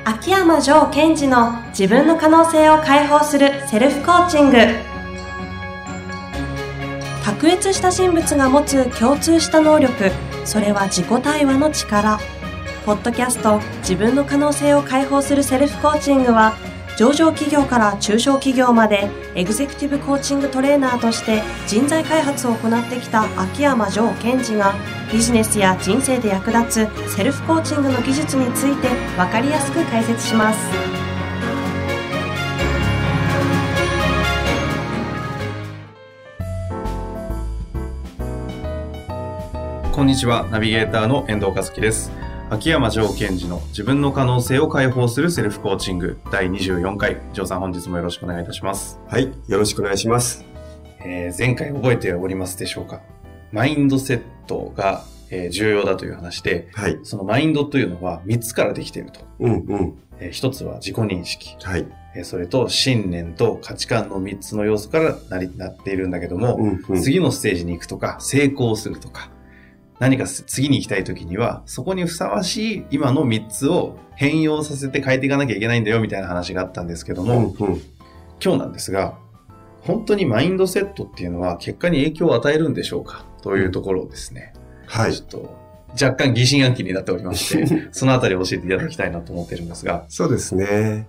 秋山城賢治の自分の可能性を解放するセルフコーチング。卓越した人物が持つ共通した能力、それは自己対話の力。ポッドキャスト自分の可能性を解放するセルフコーチングは、上場企業から中小企業までエグゼクティブコーチングトレーナーとして人材開発を行ってきた秋山城賢治が、ビジネスや人生で役立つセルフコーチングの技術について分かりやすく解説します。 こんにちは、ナビゲーターの遠藤和樹です。秋山城賢治の自分の可能性を解放するセルフコーチング第24回。城さん、本日もよろしくお願いいたします。 はい、よろしくお願いします。 前回覚えておりますでしょうか。マインドセットが、重要だという話で、はい、そのマインドというのは3つからできていると。1つは自己認識、はい、それと信念と価値観の3つの要素からなっているんだけども、次のステージに行くとか成功するとか何か次に行きたいときには、そこにふさわしい今の3つを変容させて変えていかなきゃいけないんだよみたいな話があったんですけども、今日なんですが、本当にマインドセットっていうのは結果に影響を与えるんでしょうかというところをですね、はい、ちょっと若干疑心暗鬼になっておりましてそのあたりを教えていただきたいなと思ってるんですが。 そうですね。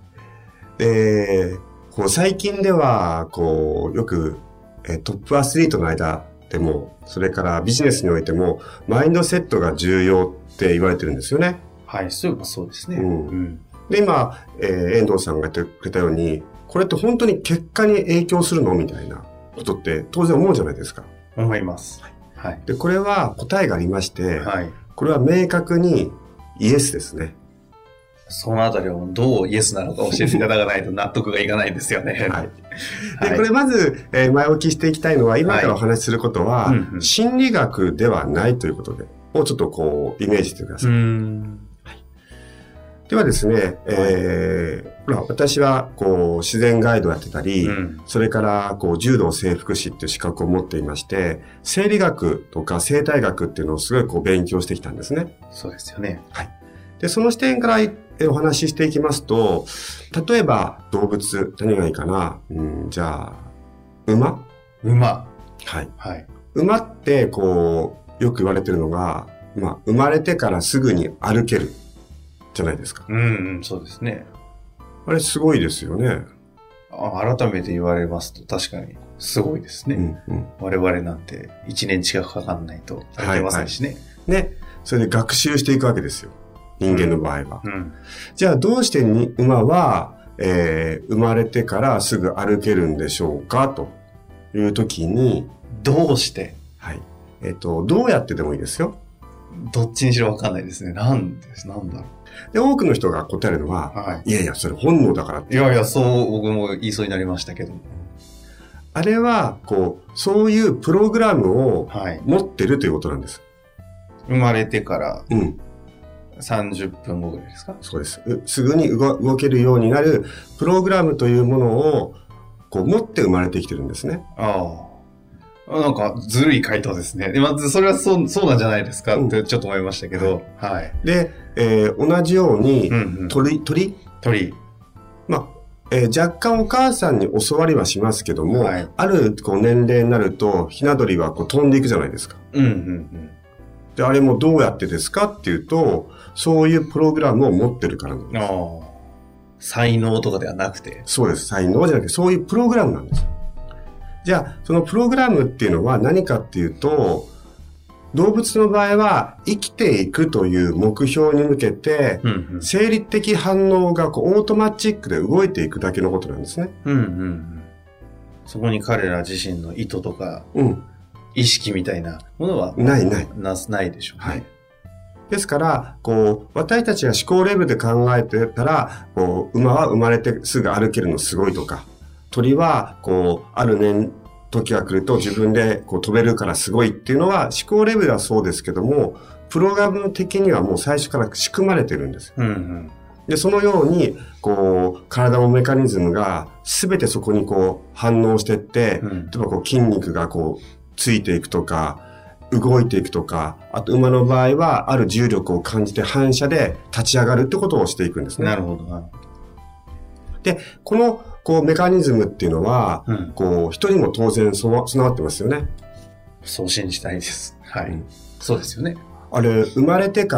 最近ではよくトップアスリートの間でも、それからビジネスにおいてもマインドセットが重要って言われてるんですよね。 はい、そうですね。 で、今、遠藤さんが言ってくれたように、これって本当に結果に影響するのみたいなことって当然思うじゃないですか。 思います。 はい。で、これは答えがありまして、はい、これは明確にイエスですね。 そのあたりをどうイエスなのか教えていただかないと納得がいかないんですよね。はい。 で、これまず、前置きしていきたいのは、今からお話しすることは、心理学ではないということで、をちょっとイメージしてください。はい、ではですね、私は自然ガイドをやってたり、それから柔道整復師っていう資格を持っていまして、生理学とか生態学っていうのをすごい勉強してきたんですね。 そうですよね。 はい。で、その視点からお話ししていきますと、例えば動物、何がいいかな。じゃあ、馬。はい。はい。馬ってよく言われてるのが、生まれてからすぐに歩けるじゃないですか。 そうですね。 あれすごいですよね。 改めて言われますと確かにすごいですね。我々なんて1年近くかかんないと歩けませんしね。 ね。それで学習していくわけですよ。人間の場合は。じゃあどうして馬は、生まれてからすぐ歩けるんでしょうかというときに。 どうして？ はい。どうやってでもいいですよ。 どっちにしろわかんないですね。なんだろう。 で、多くの人が答えるのは、いやいや、それ本能だからって。 いやいや、そう僕も言いそうになりましたけど。 あれは、そういうプログラムを持ってるということなんです。 生まれてから。30分後ぐらいですか？ そうです。すぐに動けるようになるプログラムというものを持って生まれてきてるんですね。 なんかずるい回答ですね。それはそうなんじゃないですかってちょっと思いましたけど。はい。 で、同じように、鳥。若干お母さんに教わりはしますけども、ある年齢になると、ひな鳥は飛んでいくじゃないですか。で、あれもどうやってですかっていうと、そういうプログラムを持ってるからなんです。 才能とかではなくて。 そうです。才能じゃなくて、そういうプログラムなんです。じゃあ、そのプログラムっていうのは何かっていうと、動物の場合は生きていくという目標に向けて、生理的反応がオートマチックで動いていくだけのことなんですね。 そこに彼ら自身の意図とか、意識みたいなものはないでしょうね。 はい。ですから、私たちが思考レベルで考えてたら、馬は生まれてすぐ歩けるのすごいとか、鳥は、ある時が来ると自分で飛べるからすごいっていうのは、思考レベルはそうですけども、プログラム的にはもう最初から仕組まれてるんです。で、そのように、体のメカニズムが全てそこに反応してって、例えば筋肉がついていくとか、 動いていくとか、あと馬の場合はある重力を感じて反射で立ち上がるってことをしていくんですね。 なるほど、なるほど。 で、このメカニズムっていうのは、人にも当然備わってますよね。 そう信じたいです。はい。そうですよね。 あれ、生まれてから、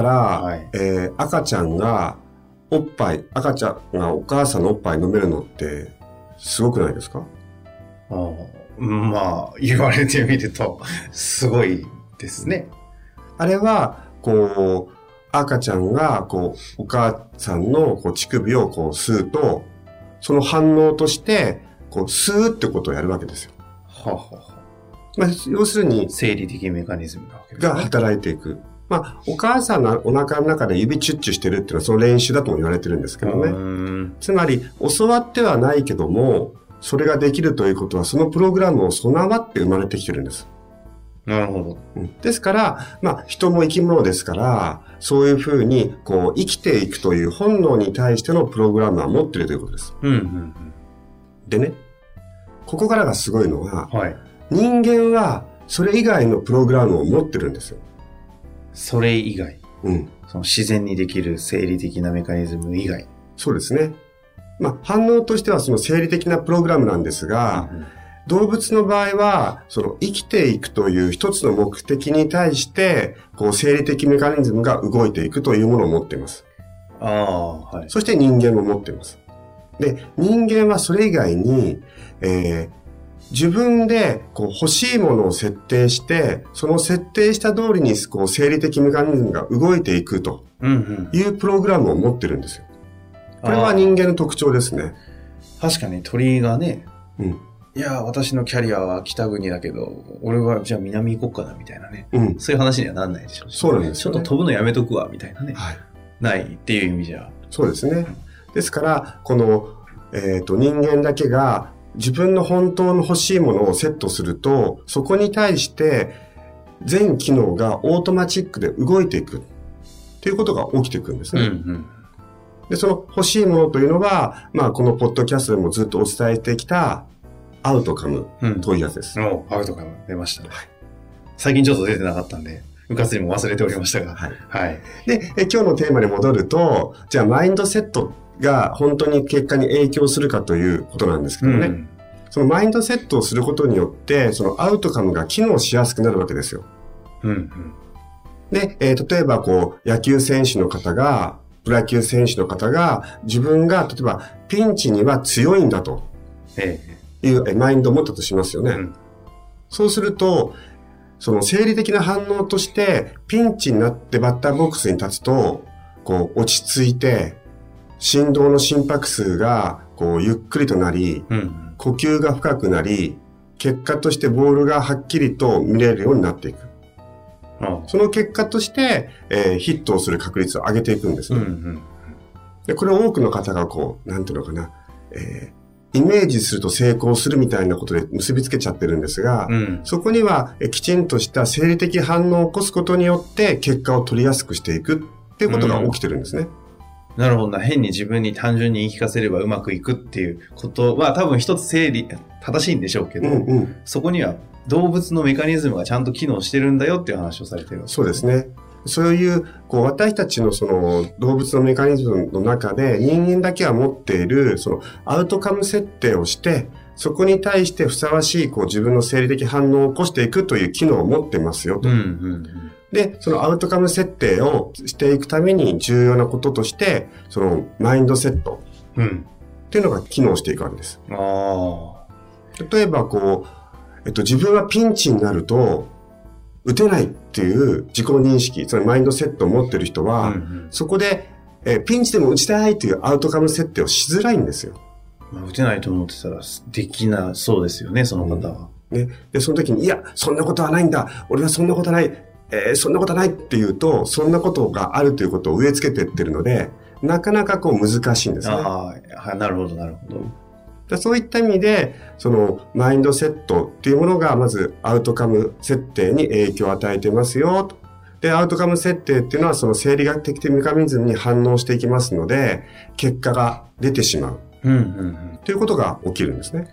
赤ちゃんがお母さんのおっぱい飲めるのってすごくないですか？ まあ、言われてみると、すごいですね。 あれは、赤ちゃんが、お母さんの乳首を吸うと、その反応として、吸うってことをやるわけですよ。 はあはあ。 まあ、要するに、 生理的メカニズムなわけですね。 が働いていく。まあ、お母さんのお腹の中で指チュッチュしてるっていうのはその練習だとも言われてるんですけどね。つまり、教わってはないけども、それができるということは、そのプログラムを備わって生まれてきてるんです。 なるほど。 ですから、まあ、人も生き物ですから、そういうふうに、生きていくという本能に対してのプログラムは持っているということです。でね、ここからがすごいのは、人間はそれ以外のプログラムを持ってるんですよ。 それ以外。その自然にできる生理的なメカニズム以外。 そうですね。まあ、反応としてはその生理的なプログラムなんですが、動物の場合は、その生きていくという一つの目的に対して、生理的メカニズムが動いていくというものを持っています。そして人間も持っています。で、人間はそれ以外に、自分で欲しいものを設定して、その設定した通りに生理的メカニズムが動いていくというプログラムを持ってるんですよ。これは人間の特徴ですね。 確かに鳥がね、いや、私のキャリアは北国だけど、俺はじゃあ南行こうかなみたいなね。そういう話にはなんないでしょうし。 そうなんですよね。ちょっと飛ぶのやめとくわみたいなね。ないっていう意味じゃ。 そうですね。ですから、この、人間だけが自分の本当の欲しいものをセットすると、そこに対して全機能がオートマチックで動いていくっていうことが起きていくんですね。で、その欲しいものというのは、まあ、このポッドキャストでもずっとお伝えしてきたアウトカムというやつです。 アウトカム出ましたね。最近ちょっと出てなかったんで、うかつにも忘れておりましたが。 で、今日のテーマに戻ると、じゃあマインドセットが本当に結果に影響するかということなんですけどね。そのマインドセットをすることによって、そのアウトカムが機能しやすくなるわけですよ。で、例えば野球選手の方が、プロ野球選手の方が、自分が例えばピンチには強いんだというマインドを持ったとしますよね。そうすると、その生理的な反応として、ピンチになってバッターボックスに立つと、落ち着いて、心臓の心拍数がゆっくりとなり、呼吸が深くなり、結果としてボールがはっきりと見れるようになっていく。その結果として、ヒットをする確率を上げていくんですね。で、これを多くの方がなんていうのかな、イメージすると成功するみたいなことで結びつけちゃってるんですが、そこにはきちんとした生理的反応を起こすことによって結果を取りやすくしていくっていうことが起きてるんですね。 なるほどな。変に自分に単純に言い聞かせればうまくいくっていうことは多分一つ正しいんでしょうけど、そこには動物のメカニズムがちゃんと機能してるんだよっていう話をされてるわけです。 そうですね。そういう私たちのその動物のメカニズムの中で人間だけは持っているそのアウトカム設定をして、そこに対してふさわしい自分の生理的反応を起こしていくという機能を持ってますよと。で、そのアウトカム設定をしていくために重要なこととして、そのマインドセットっていうのが機能していくわけです。例えば自分はピンチになると打てないっていう自己認識、つまりマインドセットを持っている人は、そこでピンチでも打ちたいというアウトカム設定をしづらいんですよ。 打てないと思ってたらできなそうですよね、その方は。 で、その時に、いや、そんなことはないんだ。俺はそんなことない。そんなことないって言うと、そんなことがあるということを植え付けていってるので、なかなか難しいんですね。 なるほど、なるほど。 そういった意味で、そのマインドセットっていうものがまずアウトカム設定に影響を与えてますよと。で、アウトカム設定っていうのはその生理学的メカニズムに反応していきますので、結果が出てしまう。ということが起きるんですね。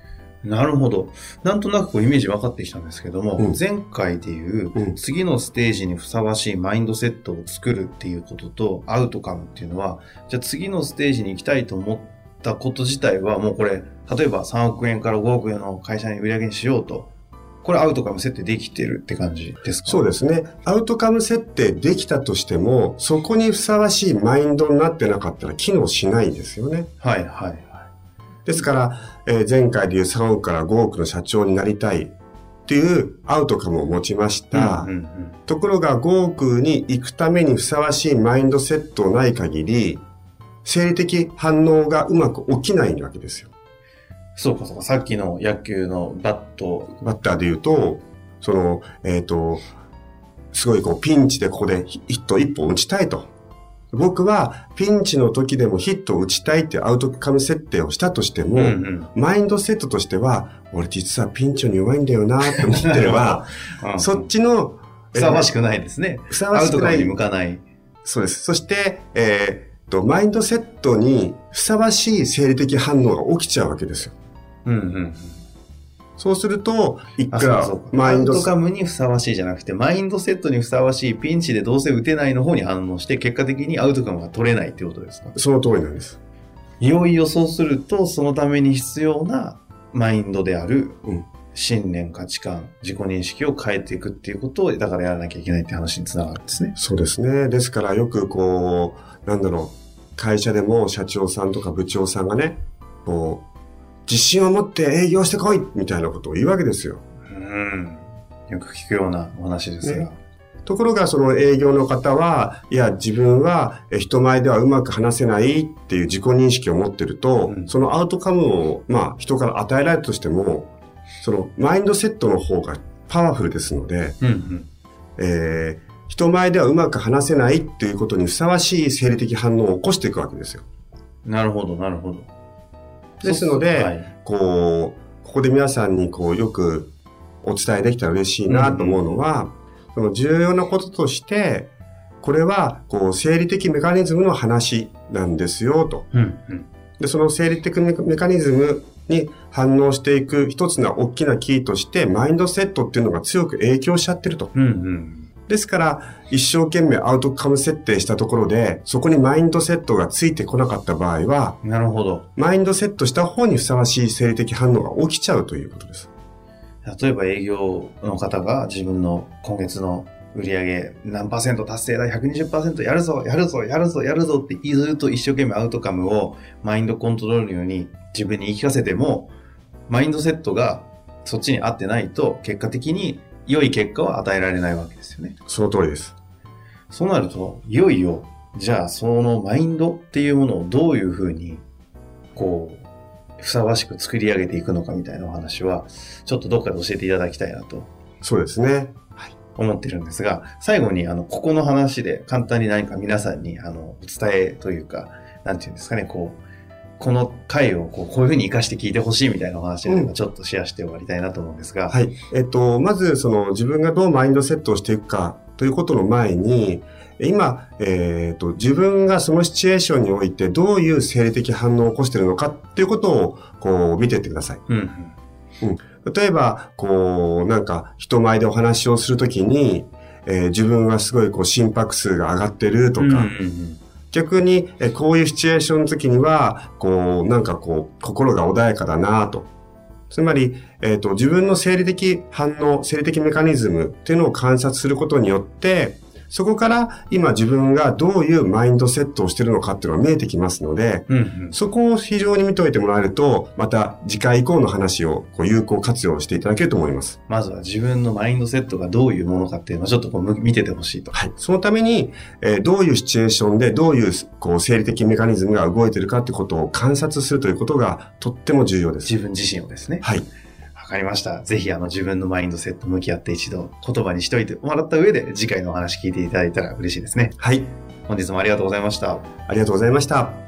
なるほど。なんとなくイメージ分かってきたんですけども、前回でいう次のステージにふさわしいマインドセットを作るっていうこととアウトカムっていうのは、じゃあ次のステージに行きたいと思ったこと自体はもうこれ、例えば3億円から5億円の会社に売り上げにしようと。これアウトカム設定できてるって感じですか？ そうですね。アウトカム設定できたとしても、そこにふさわしいマインドになってなかったら機能しないんですよね。 はいはいはい。 ですから、前回でいう3億から5億の社長になりたいっていうアウトカムを持ちました。ところが5億に行くためにふさわしいマインドセットない限り、生理的反応がうまく起きないわけですよ。 そうかそうか。さっきの野球のバッターで言うと、すごいピンチでここでヒット1本打ちたいと。僕はピンチの時でもヒットを打ちたいってアウトカム設定をしたとしても、マインドセットとしては、俺実はピンチに弱いんだよなって思ってれば、そっちの、 ふさわしくないですね。 ふさわしくない。 アウトカムに向かない。 そうです。そして、マインドセットにふさわしい生理的反応が起きちゃうわけですよ。そうすると、いくらマインドアウトカムにふさわしいじゃなくて、マインドセットにふさわしいピンチでどうせ打てないの方に反応して、結果的にアウトカムが取れないってことですか？ その通りなんです。 いよいよそうすると、そのために必要なマインドである、信念、価値観、自己認識を変えていくっていうことを、だからやらなきゃいけないって話につながるんですね。 そうですね。ですからよく会社でも社長さんとか部長さんがね、自信を持って営業してこいみたいなことを言うわけですよ。 よく聞くようなお話ですが。 ところがその営業の方は、いや自分は人前ではうまく話せないっていう自己認識を持ってると、そのアウトカムを人から与えられるとしても、そのマインドセットの方がパワフルですので、人前ではうまく話せないっていうことにふさわしい生理的反応を起こしていくわけですよ。 なるほど、なるほど。 ですので、ここで皆さんによくお伝えできたら嬉しいなと思うのは、その重要なこととして、これは生理的メカニズムの話なんですよと。で、その生理的メカニズムに反応していく一つの大きなキーとして、マインドセットっていうのが強く影響しちゃってると。ですから、一生懸命アウトカム設定したところで、そこにマインドセットがついてこなかった場合は、 なるほど。 マインドセットした方にふさわしい生理的反応が起きちゃうということです。 例えば営業の方が自分の今月の売上何%達成だ、120% やるぞってずっと一生懸命アウトカムをマインドコントロールのように自分に言い聞かせても、マインドセットがそっちに合ってないと、結果的に良い結果は与えられないわけですよね。 その通りです。 そうなると、いよいよ、じゃあそのマインドっていうものをどういうふうに、ふさわしく作り上げていくのかみたいなお話は、ちょっとどっかで教えていただきたいなと。 そうですね。 思ってるんですが、最後にここの話で簡単に何か皆さんにお伝えというか、なんていうんですかね、この回をこういうふうに活かして聞いてほしいみたいなお話でちょっとシェアして終わりたいなと思うんですが。 はい。まず自分がどうマインドセットをしていくかということの前に、今、自分がそのシチュエーションにおいてどういう生理的反応を起こしているのかっていうことを見ていってください。例えば、人前でお話をするときに、自分はすごい心拍数が上がってるとか、逆に、こういうシチュエーションの時には、心が穏やかだなと。つまり、自分の生理的反応、生理的メカニズムっていうのを観察することによって、そこから今自分がどういうマインドセットをしているのかっていうのが見えてきますので、そこを非常に見といてもらえると、また次回以降の話を有効活用していただけると思います。 まずは自分のマインドセットがどういうものかっていうのをちょっと見ててほしいと。 はい。そのために、どういうシチュエーションでどういう生理的メカニズムが動いているかってことを観察するということがとっても重要です。 自分自身をですね。 はい。 わかりました。ぜひ自分のマインドセット向き合って一度言葉にしといてもらった上で次回のお話聞いていただいたら嬉しいですね。 はい。 本日もありがとうございました。 ありがとうございました。